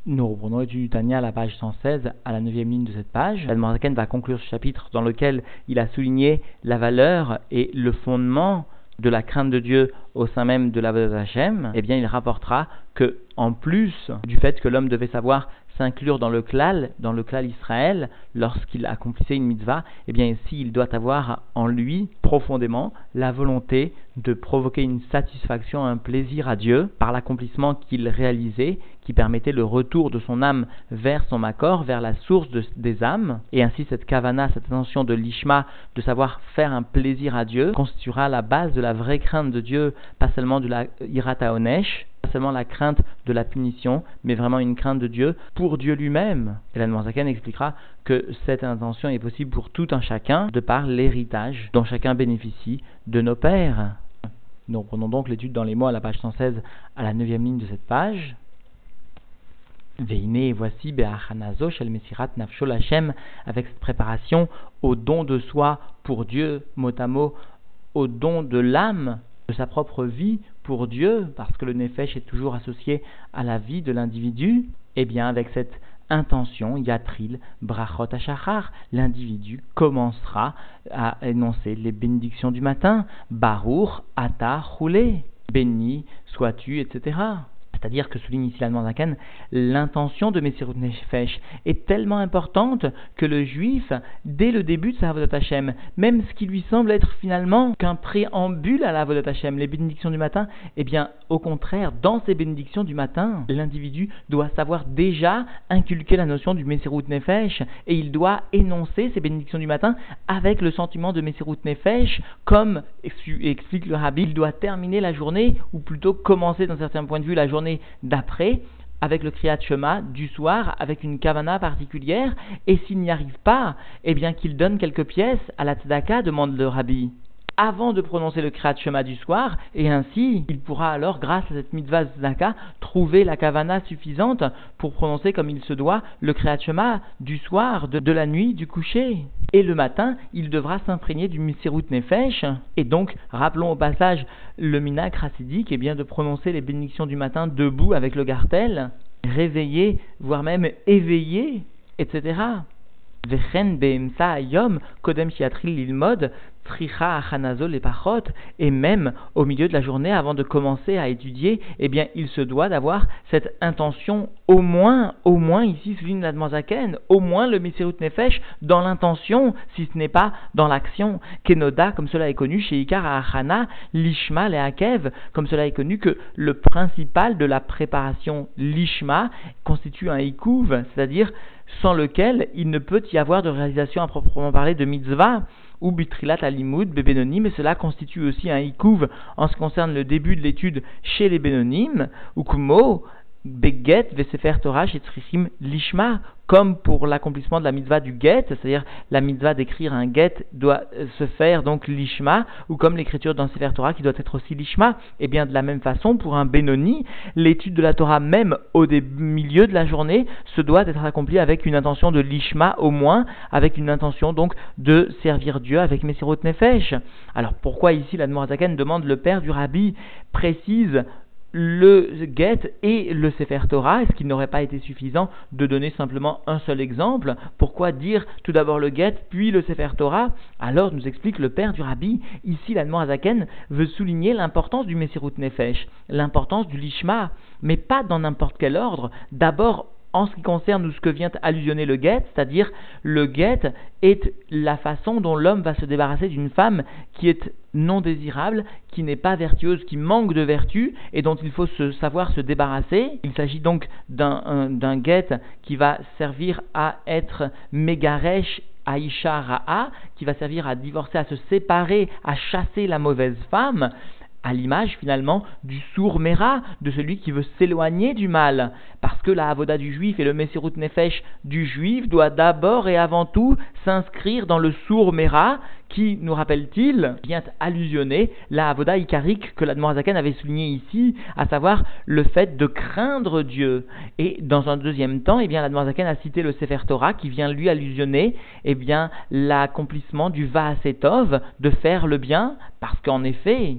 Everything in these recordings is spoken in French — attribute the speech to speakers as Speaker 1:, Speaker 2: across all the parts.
Speaker 1: Nous reprenons l'étude du Tanya à la page 116, à la 9e ligne de cette page. L'Admor Zaken va conclure ce chapitre dans lequel il a souligné la valeur et le fondement de la crainte de Dieu au sein même de l'Avodat Hashem. Eh bien, il rapportera que, en plus du fait que l'homme devait savoir s'inclure dans le klal Israël, lorsqu'il accomplissait une mitzvah, eh bien ici il doit avoir en lui profondément la volonté de provoquer une satisfaction, un plaisir à Dieu par l'accomplissement qu'il réalisait, qui permettait le retour de son âme vers son makor, vers la source des âmes, et ainsi cette kavana, cette intention de l'ishma, de savoir faire un plaisir à Dieu, constituera la base de la vraie crainte de Dieu, pas seulement de la hirat haonesh, pas seulement la crainte de la punition, mais vraiment une crainte de Dieu pour Dieu lui-même. Et l'Admor Zaken expliquera que cette intention est possible pour tout un chacun de par l'héritage dont chacun bénéficie de nos pères. Nous reprenons donc l'étude dans les mots à la page 116 à la 9e ligne de cette page. Veine, voici Be'achanazo shel Mesirat Nafsho Lachem, avec cette préparation au don de soi pour Dieu, mot à mot, au don de l'âme, de sa propre vie pour Dieu, parce que le Nefesh est toujours associé à la vie de l'individu. Et bien avec cette intention, Yatril, Brachot Hashachar, l'individu commencera à énoncer les bénédictions du matin, Baruch, Ata, Roulé, béni sois-tu, etc. C'est-à-dire que, souligne ici l'Admor Zaken, l'intention de Messirut Nefesh est tellement importante que le juif, dès le début de sa Avodat Hashem, même ce qui lui semble être finalement qu'un préambule à la Avodat Hashem, les bénédictions du matin, eh bien, au contraire, dans ces bénédictions du matin, l'individu doit savoir déjà inculquer la notion du Messirut Nefesh, et il doit énoncer ces bénédictions du matin avec le sentiment de Messirut Nefesh, comme explique le Rabbi, il doit terminer la journée, ou plutôt commencer d'un certain point de vue la journée d'après, avec le Kriyat Shema du soir, avec une kavana particulière, et s'il n'y arrive pas, eh bien qu'il donne quelques pièces à la tzedaka, demande le Rabbi, avant de prononcer le Kriyat Shema du soir, et ainsi, il pourra alors, grâce à cette mitzvah tzedaka, trouver la kavana suffisante pour prononcer comme il se doit le Kriyat Shema du soir, de la nuit, du coucher. Et le matin, il devra s'imprégner du Messirut Nefesh. Et donc, rappelons au passage le minhag chassidique, bien de prononcer les bénédictions du matin debout avec le gartel, réveillé, voire même éveillé, etc. Vechen be'emsa ayom kodem shiatril lilmod tricha achanazo lepachot, et même au milieu de la journée, avant de commencer à étudier, eh bien il se doit d'avoir cette intention, au moins ici souligne l'Admor Zaken, au moins le Messirut Nefesh dans l'intention, si ce n'est pas dans l'action. Kenoda, comme cela est connu chez Ikar Achana, Lishma Leakev, comme cela est connu que le principal de la préparation Lishma constitue un Ikouv, c'est-à-dire sans lequel il ne peut y avoir de réalisation à proprement parler de mitzvah, ou bitrilat alimud bebenonim, et cela constitue aussi un ikouv en ce qui concerne le début de l'étude chez les bénonim, ou kumo beget vesefer Torah shetrichim lishma, comme pour l'accomplissement de la mitzvah du get, c'est-à-dire la mitzvah d'écrire un get doit se faire donc lishma, ou comme l'écriture d'un sefer Torah qui doit être aussi lishma. Et bien de la même façon, pour un bénoni, l'étude de la Torah même au milieu de la journée se doit être accomplie avec une intention de lishma, au moins avec une intention donc de servir Dieu avec Messirut Nefesh. Alors pourquoi ici l'Admor Zaken demande, le père du Rabbi précise le get et le Sefer Torah? Est-ce qu'il n'aurait pas été suffisant de donner simplement un seul exemple? Pourquoi dire tout d'abord le get puis le Sefer Torah? Alors nous explique le père du Rabbi, ici l'Admor Zaken veut souligner l'importance du Messirut Nefesh, l'importance du Lishma, mais pas dans n'importe quel ordre. D'abord en ce qui concerne ce que vient allusionner le get, c'est-à-dire le get est la façon dont l'homme va se débarrasser d'une femme qui est non désirable, qui n'est pas vertueuse, qui manque de vertu et dont il faut savoir se débarrasser. Il s'agit donc d'un get qui va servir à être mégaresh Aisha Ra'a, qui va servir à divorcer, à se séparer, à chasser la mauvaise femme, à l'image finalement du sourd Mera, de celui qui veut s'éloigner du mal, parce que la avoda du juif et le Messirut Nefesh du juif doit d'abord et avant tout s'inscrire dans le sourd Mera, qui, nous rappelle-t-il, vient allusionner la avoda ikarique que l'Admor Zaken avait souligné ici, à savoir le fait de craindre Dieu. Et dans un deuxième temps, l'Admor Zaken a cité le Sefer Torah qui vient lui allusionner l'accomplissement du Va'asetov, de faire le bien, parce qu'en effet, la Torah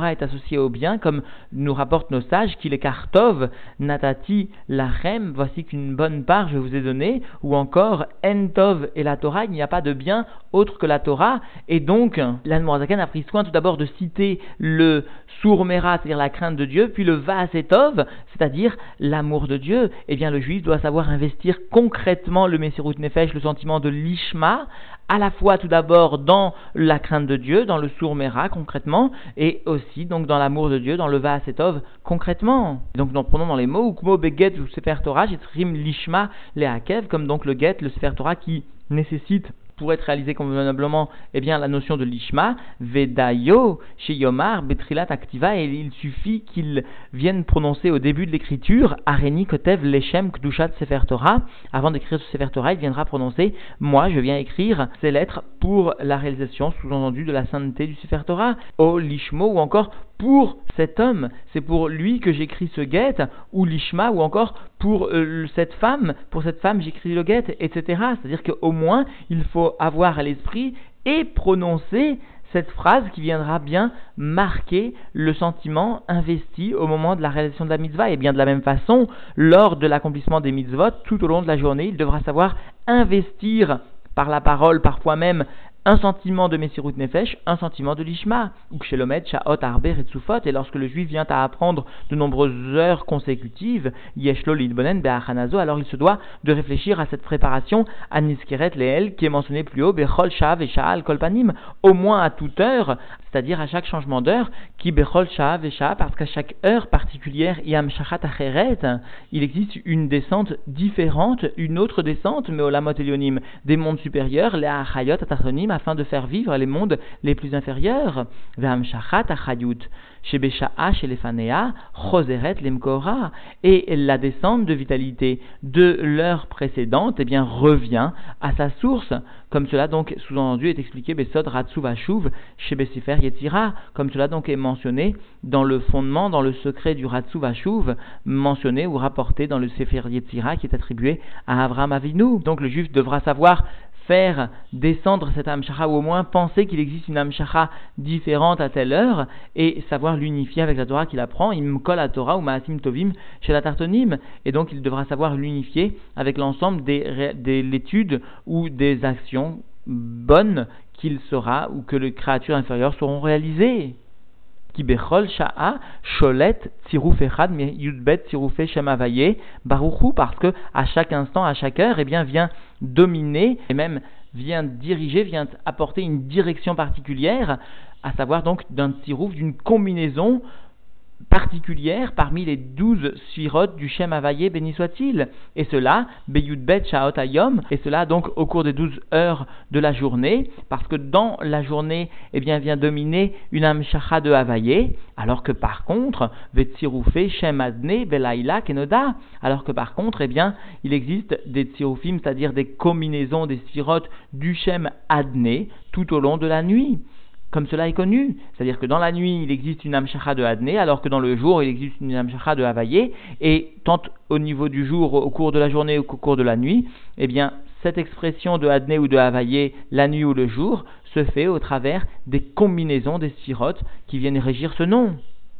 Speaker 1: Torah est associée au bien, comme nous rapportent nos sages, qu'il est Kartov, Natati, Lachem, voici qu'une bonne part je vous ai donné, ou encore Entov et la Torah, il n'y a pas de bien autre que la Torah, et donc l'Admorazaken a pris soin tout d'abord de citer le Surmera, c'est-à-dire la crainte de Dieu, puis le Vaasetov, c'est-à-dire l'amour de Dieu. Eh bien, le juif doit savoir investir concrètement le Messirut Nefesh, le sentiment de l'Ishma, à la fois tout d'abord dans la crainte de Dieu, dans le Surmera concrètement, et aussi donc dans l'amour de Dieu, dans le Vaasetov concrètement. Et donc nous prenons dans les mots Ukmo Beget ou Sefer Torah, Jitrim l'Ishma Leakev, comme donc le Get, le Sefer Torah qui nécessite pour être réalisé convenablement, eh bien, la notion de l'ishma, vedayo, chez Yomar, betrilat activa, et il suffit qu'il vienne prononcer au début de l'écriture, areni kotev leshem kdushat sefer Torah, avant d'écrire ce sefer Torah, il viendra prononcer, moi, je viens écrire ces lettres pour la réalisation, sous-entendu, de la sainteté du sefer Torah, o lishmo, ou encore pour cet homme, c'est pour lui que j'écris ce guet, ou l'ishma, ou encore pour cette femme j'écris le guet, etc. C'est-à-dire qu'au moins, il faut avoir à l'esprit et prononcer cette phrase qui viendra bien marquer le sentiment investi au moment de la réalisation de la mitzvah. Et bien de la même façon, lors de l'accomplissement des mitzvot, tout au long de la journée, il devra savoir investir par la parole, parfois même, un sentiment de Messirut Nefesh, un sentiment de l'Ishma, ou Kshelomet, Sha'ot, Arber et Tsufot, et lorsque le juif vient à apprendre de nombreuses heures consécutives, Yeshlo Lidbonen Be'achanazo, alors il se doit de réfléchir à cette préparation à Niskeret Leel, qui est mentionnée plus haut, Bechol Sha'av et Sha'al Kolpanim, au moins à toute heure, c'est-à-dire à chaque changement d'heure, qui Bechol Sha'av et Sha'al, parce qu'à chaque heure particulière, Yam Shachat Acheret, il existe une descente différente, une autre descente, mais au Lamot Elionim, des mondes supérieurs, les Achayot Atachonim, afin de faire vivre les mondes les plus inférieurs. Ve'amshachat achayut, shebesha'a shelefanea, choseret lemkora, et la descente de vitalité de l'heure précédente, eh bien, revient à sa source, comme cela donc sous-entendu est expliqué Besod Ratsu Vashuv, shebesifer Yetzira, comme cela donc est mentionné dans le fondement, dans le secret du Ratsu Vashuv, mentionné ou rapporté dans le Sefer Yetzira qui est attribué à Avraham Avinu. Donc le juif devra savoir faire descendre cette Amshacha, ou au moins penser qu'il existe une Amshacha différente à telle heure, et savoir l'unifier avec la Torah qu'il apprend, Imkol la Torah ou Maasim Tovim chez la Tartonim, et donc il devra savoir l'unifier avec l'ensemble de l'étude ou des actions bonnes qu'il sera, ou que les créatures inférieures seront réalisées. Ki bechol sha'a sholet tziruf echad mi yudbet tzirufei shem havaye baruchu, parce que à chaque instant, à chaque heure, eh bien vient dominer et même vient diriger, vient apporter une direction particulière, à savoir donc d'un tziruf, d'une combinaison particulière parmi les 12 sphirot du Shem Havaye, béni soit-il, et cela, Beyudbet Shaot Hayom, et cela donc au cours des 12 heures de la journée, parce que dans la journée, eh bien, vient dominer une Amshacha de Havaye, alors que par contre, Vetsirufe Shem Adne Belaila Kenoda, alors que par contre, eh bien, il existe des tsirufim, c'est-à-dire des combinaisons des sphirot du Shem Adne tout au long de la nuit. Comme cela est connu, c'est-à-dire que dans la nuit, il existe une Amshacha de Adné, alors que dans le jour, il existe une Amshacha de Havaye, et tant au niveau du jour, au cours de la journée ou au cours de la nuit, eh bien, cette expression de Adné ou de Havaye, la nuit ou le jour, se fait au travers des combinaisons des sphirotes qui viennent régir ce nom.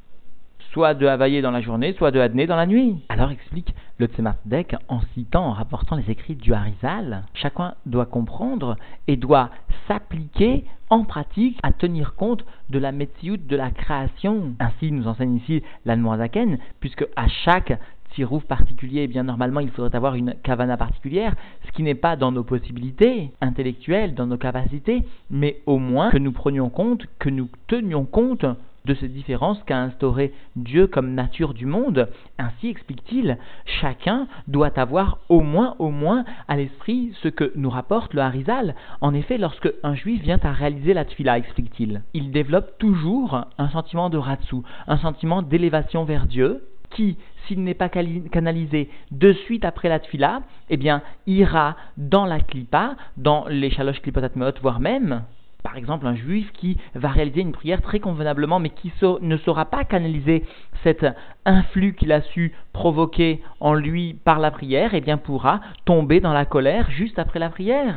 Speaker 1: Soit de Havaye dans la journée, soit de Adné dans la nuit. Alors explique le Tzemach Tzedek en citant, en rapportant les écrits du Harizal. Chacun doit comprendre et doit s'appliquer en pratique à tenir compte de la Metsiout de la création. Ainsi nous enseigne ici l'Admorazaken, puisque à chaque tsirouf particulier, eh bien normalement il faudrait avoir une kavana particulière, ce qui n'est pas dans nos possibilités intellectuelles, dans nos capacités, mais au moins que nous prenions compte, que nous tenions compte de ces différences qu'a instauré Dieu comme nature du monde. Ainsi, explique-t-il, chacun doit avoir au moins à l'esprit ce que nous rapporte le Harizal. En effet, lorsque un juif vient à réaliser la tfila, explique-t-il, il développe toujours un sentiment de ratsu, un sentiment d'élévation vers Dieu, qui, s'il n'est pas canalisé de suite après la tfila, eh bien, ira dans la klipa, dans les shalosh klipot atmeot, voire même, par exemple, un juif qui va réaliser une prière très convenablement, mais qui ne saura pas canaliser cet influx qu'il a su provoquer en lui par la prière, eh bien pourra tomber dans la colère juste après la prière.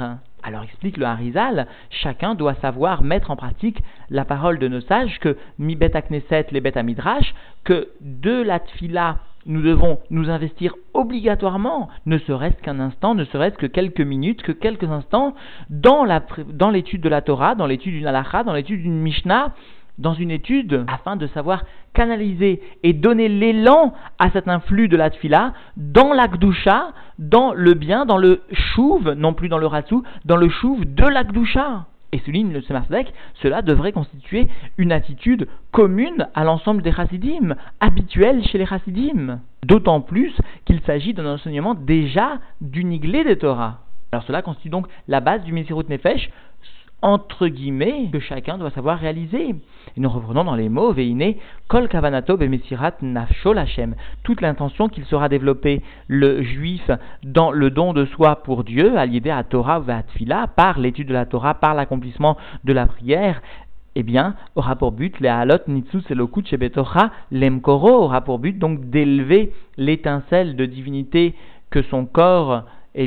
Speaker 1: Alors explique le Harizal, chacun doit savoir mettre en pratique la parole de nos sages que mi bet akneset les bet midrash, que de la tfila nous devons nous investir obligatoirement, ne serait-ce qu'un instant, ne serait-ce que quelques minutes, que quelques instants, dans l'étude de la Torah, dans l'étude d'une halakha, dans l'étude d'une Mishnah, dans une étude, afin de savoir canaliser et donner l'élan à cet influx de la tfila dans la Gdusha, dans le bien, dans le chouv, non plus dans le ratsou, dans le chouv de la Gdusha. Et souligne le Tzemar Tzedek, cela devrait constituer une attitude commune à l'ensemble des chassidim, habituelle chez les chassidim. D'autant plus qu'il s'agit d'un enseignement déjà du niglé des Torah. Alors cela constitue donc la base du Mesirut Nefesh, entre guillemets, que chacun doit savoir réaliser. Et nous reprenons dans les mots, Veine, Kol Kavanato Bemesirat Nafsho Lachem. Toute l'intention qu'il sera développé, le juif, dans le don de soi pour Dieu, à l'idée à Torah ou à Tfila, par l'étude de la Torah, par l'accomplissement de la prière, eh bien, aura pour but, les halot nitsus elokut shebetocha lemkoro, aura pour but donc d'élever l'étincelle de divinité que son corps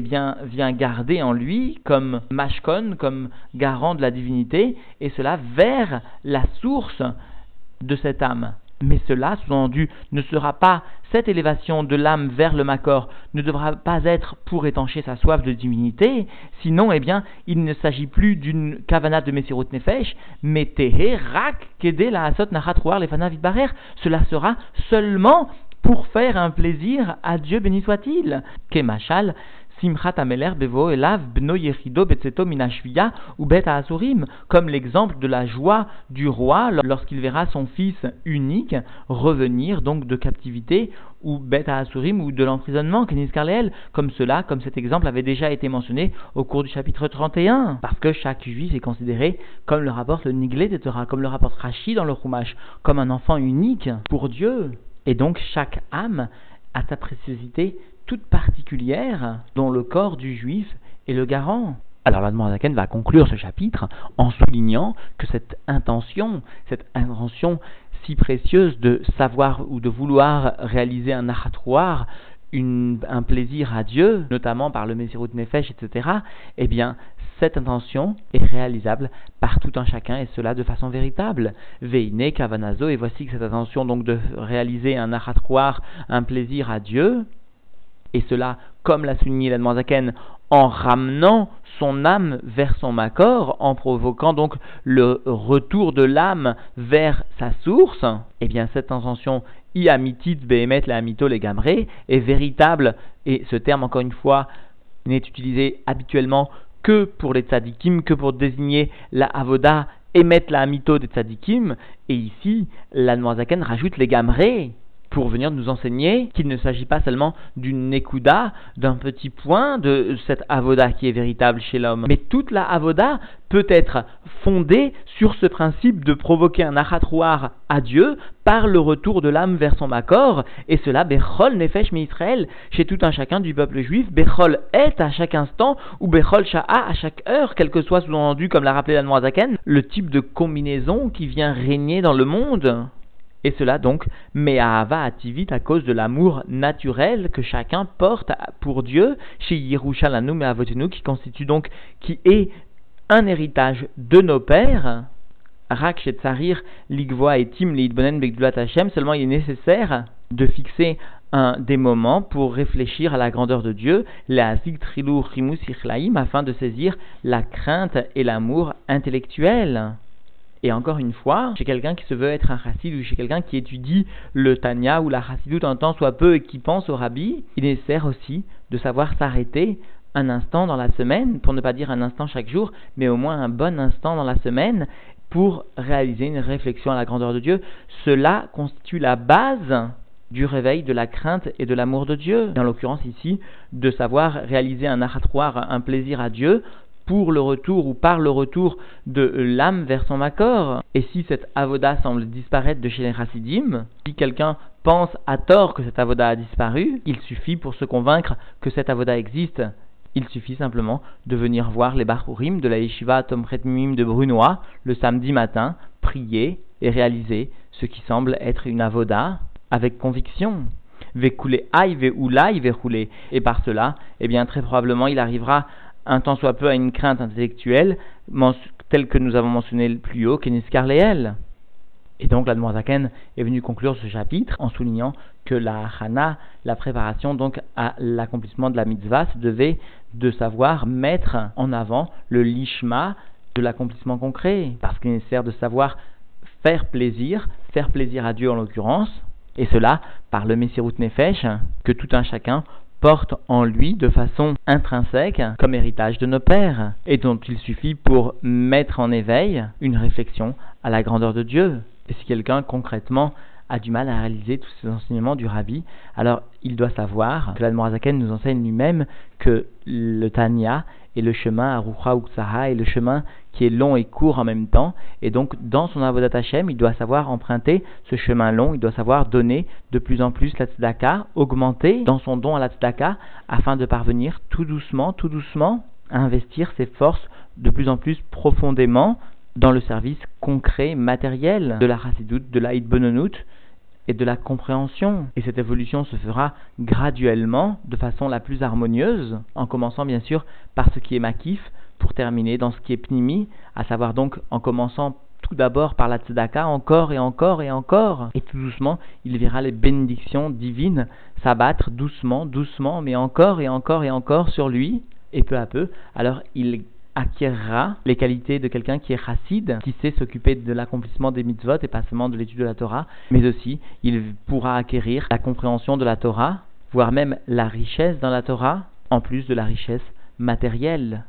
Speaker 1: vient garder en lui comme mashkon, comme garant de la divinité, et cela vers la source de cette âme. Mais cela, sous-entendu, ne sera pas, cette élévation de l'âme vers le makor, ne devra pas être pour étancher sa soif de divinité, sinon, il ne s'agit plus d'une kavanat de Mesirut Nefesh, mais tehe rak kede la asot nachat roar lefanav yitbarer. Cela sera seulement pour faire un plaisir à Dieu, béni soit-il. Kemachal, Simchat Ameler Bevo Elav Bno Yechido Betseto Minashvia ou Bet Asurim, comme l'exemple de la joie du roi lorsqu'il verra son fils unique revenir donc de captivité, ou Bet Asurim ou de l'emprisonnement, Kenis Karleel, comme cet exemple avait déjà été mentionné au cours du chapitre 31, parce que chaque juif est considéré, comme le rapporte le Niglé des Torah, comme le rapporte Rashi dans le Chumash, comme un enfant unique pour Dieu. Et donc chaque âme a sa préciosité toute particulière dont le corps du juif est le garant. Alors l'Admor Zaken va conclure ce chapitre en soulignant que cette intention si précieuse de savoir ou de vouloir réaliser un achatrouar, un plaisir à Dieu, notamment par le Mesirut Nefesh, etc., cette intention est réalisable par tout un chacun, et cela de façon véritable. Veine Kavanazo, et voici que cette intention donc de réaliser un achatrouar, un plaisir à Dieu, et cela, comme l'a souligné l'Admor Zaken, en ramenant son âme vers son makor, en provoquant donc le retour de l'âme vers sa source, cette intention iamitit behemet la amito les gamré est véritable, et ce terme, encore une fois, n'est utilisé habituellement que pour les tzadikim, que pour désigner la avoda emet la amito des tzadikim, et ici, l'Admor Zaken rajoute les gamré, pour venir nous enseigner qu'il ne s'agit pas seulement d'une nekuda, d'un petit point de cette avoda qui est véritable chez l'homme, mais toute la avoda peut être fondée sur ce principe de provoquer un achatrouar à Dieu par le retour de l'âme vers son makor, et cela bechol nefesh mi Israël, chez tout un chacun du peuple juif, bechol est à chaque instant, ou bechol sha'a à chaque heure, quel que soit sous-entendu, comme l'a rappelé l'Admor Zaken, le type de combinaison qui vient régner dans le monde. Et cela donc, me'ahava ativit, à cause de l'amour naturel que chacun porte pour Dieu, chez Yerushalanu me'avotenu, qui est un héritage de nos pères. Rak chez Tsarir, Ligvoa et Tim Leidbonen Begdulat Hashem, seulement il est nécessaire de fixer des moments pour réfléchir à la grandeur de Dieu, la Zigtrilu Rimus Ichlaim, afin de saisir la crainte et l'amour intellectuel. Et encore une fois, chez quelqu'un qui se veut être un chassid ou chez quelqu'un qui étudie le Tanya ou la chassidoute un temps soit peu et qui pense au rabbi, il est nécessaire aussi de savoir s'arrêter un instant dans la semaine, pour ne pas dire un instant chaque jour, mais au moins un bon instant dans la semaine pour réaliser une réflexion à la grandeur de Dieu. Cela constitue la base du réveil de la crainte et de l'amour de Dieu. En l'occurrence ici, de savoir réaliser un achatrouar, un plaisir à Dieu, pour le retour ou par le retour de l'âme vers son makor. Et si cette avoda semble disparaître de chez les chassidim, si quelqu'un pense à tort que cette avoda a disparu, il suffit pour se convaincre que cette avoda existe. Il suffit simplement de venir voir les bachurim de la yeshiva Tomchet Mimim de Brunois le samedi matin, prier et réaliser ce qui semble être une avoda avec conviction. Vekoulé aï, veoulaï, veroulé. Et par cela, très probablement il arrivera un tant soit peu à une crainte intellectuelle, telle que nous avons mentionné plus haut, Keniskar Leel. Et donc l'Admor Zaken est venu conclure ce chapitre en soulignant que la Hana, la préparation donc à l'accomplissement de la mitzvah, se devait de savoir mettre en avant le lishma de l'accomplissement concret, parce qu'il est nécessaire de savoir faire plaisir à Dieu en l'occurrence, et cela par le Messirut Nefesh que tout un chacun porte en lui de façon intrinsèque comme héritage de nos pères, et dont il suffit pour mettre en éveil une réflexion à la grandeur de Dieu. Et si quelqu'un concrètement a du mal à réaliser tous ces enseignements du Rabbi, alors il doit savoir que l'Admor Zaken nous enseigne lui-même que le Tanya est le chemin à Rucha Uksaha, est le chemin qui est long et court en même temps, et donc dans son Avodat Hashem, il doit savoir emprunter ce chemin long, il doit savoir donner de plus en plus la tzedaka, augmenter dans son don à la tzedaka, afin de parvenir tout doucement, à investir ses forces de plus en plus profondément dans le service concret, matériel de la Chassidoute, de la Hitbononut et de la compréhension. Et cette évolution se fera graduellement, de façon la plus harmonieuse, en commençant bien sûr par ce qui est makif, pour terminer dans ce qui est pnimi, à savoir donc en commençant tout d'abord par la tzedaka, encore et encore et encore. Et tout doucement, il verra les bénédictions divines s'abattre doucement, mais encore et encore et encore sur lui. Et peu à peu, alors il acquérera les qualités de quelqu'un qui est chassid, qui sait s'occuper de l'accomplissement des mitzvot et pas seulement de l'étude de la Torah, mais aussi il pourra acquérir la compréhension de la Torah, voire même la richesse dans la Torah, en plus de la richesse matérielle.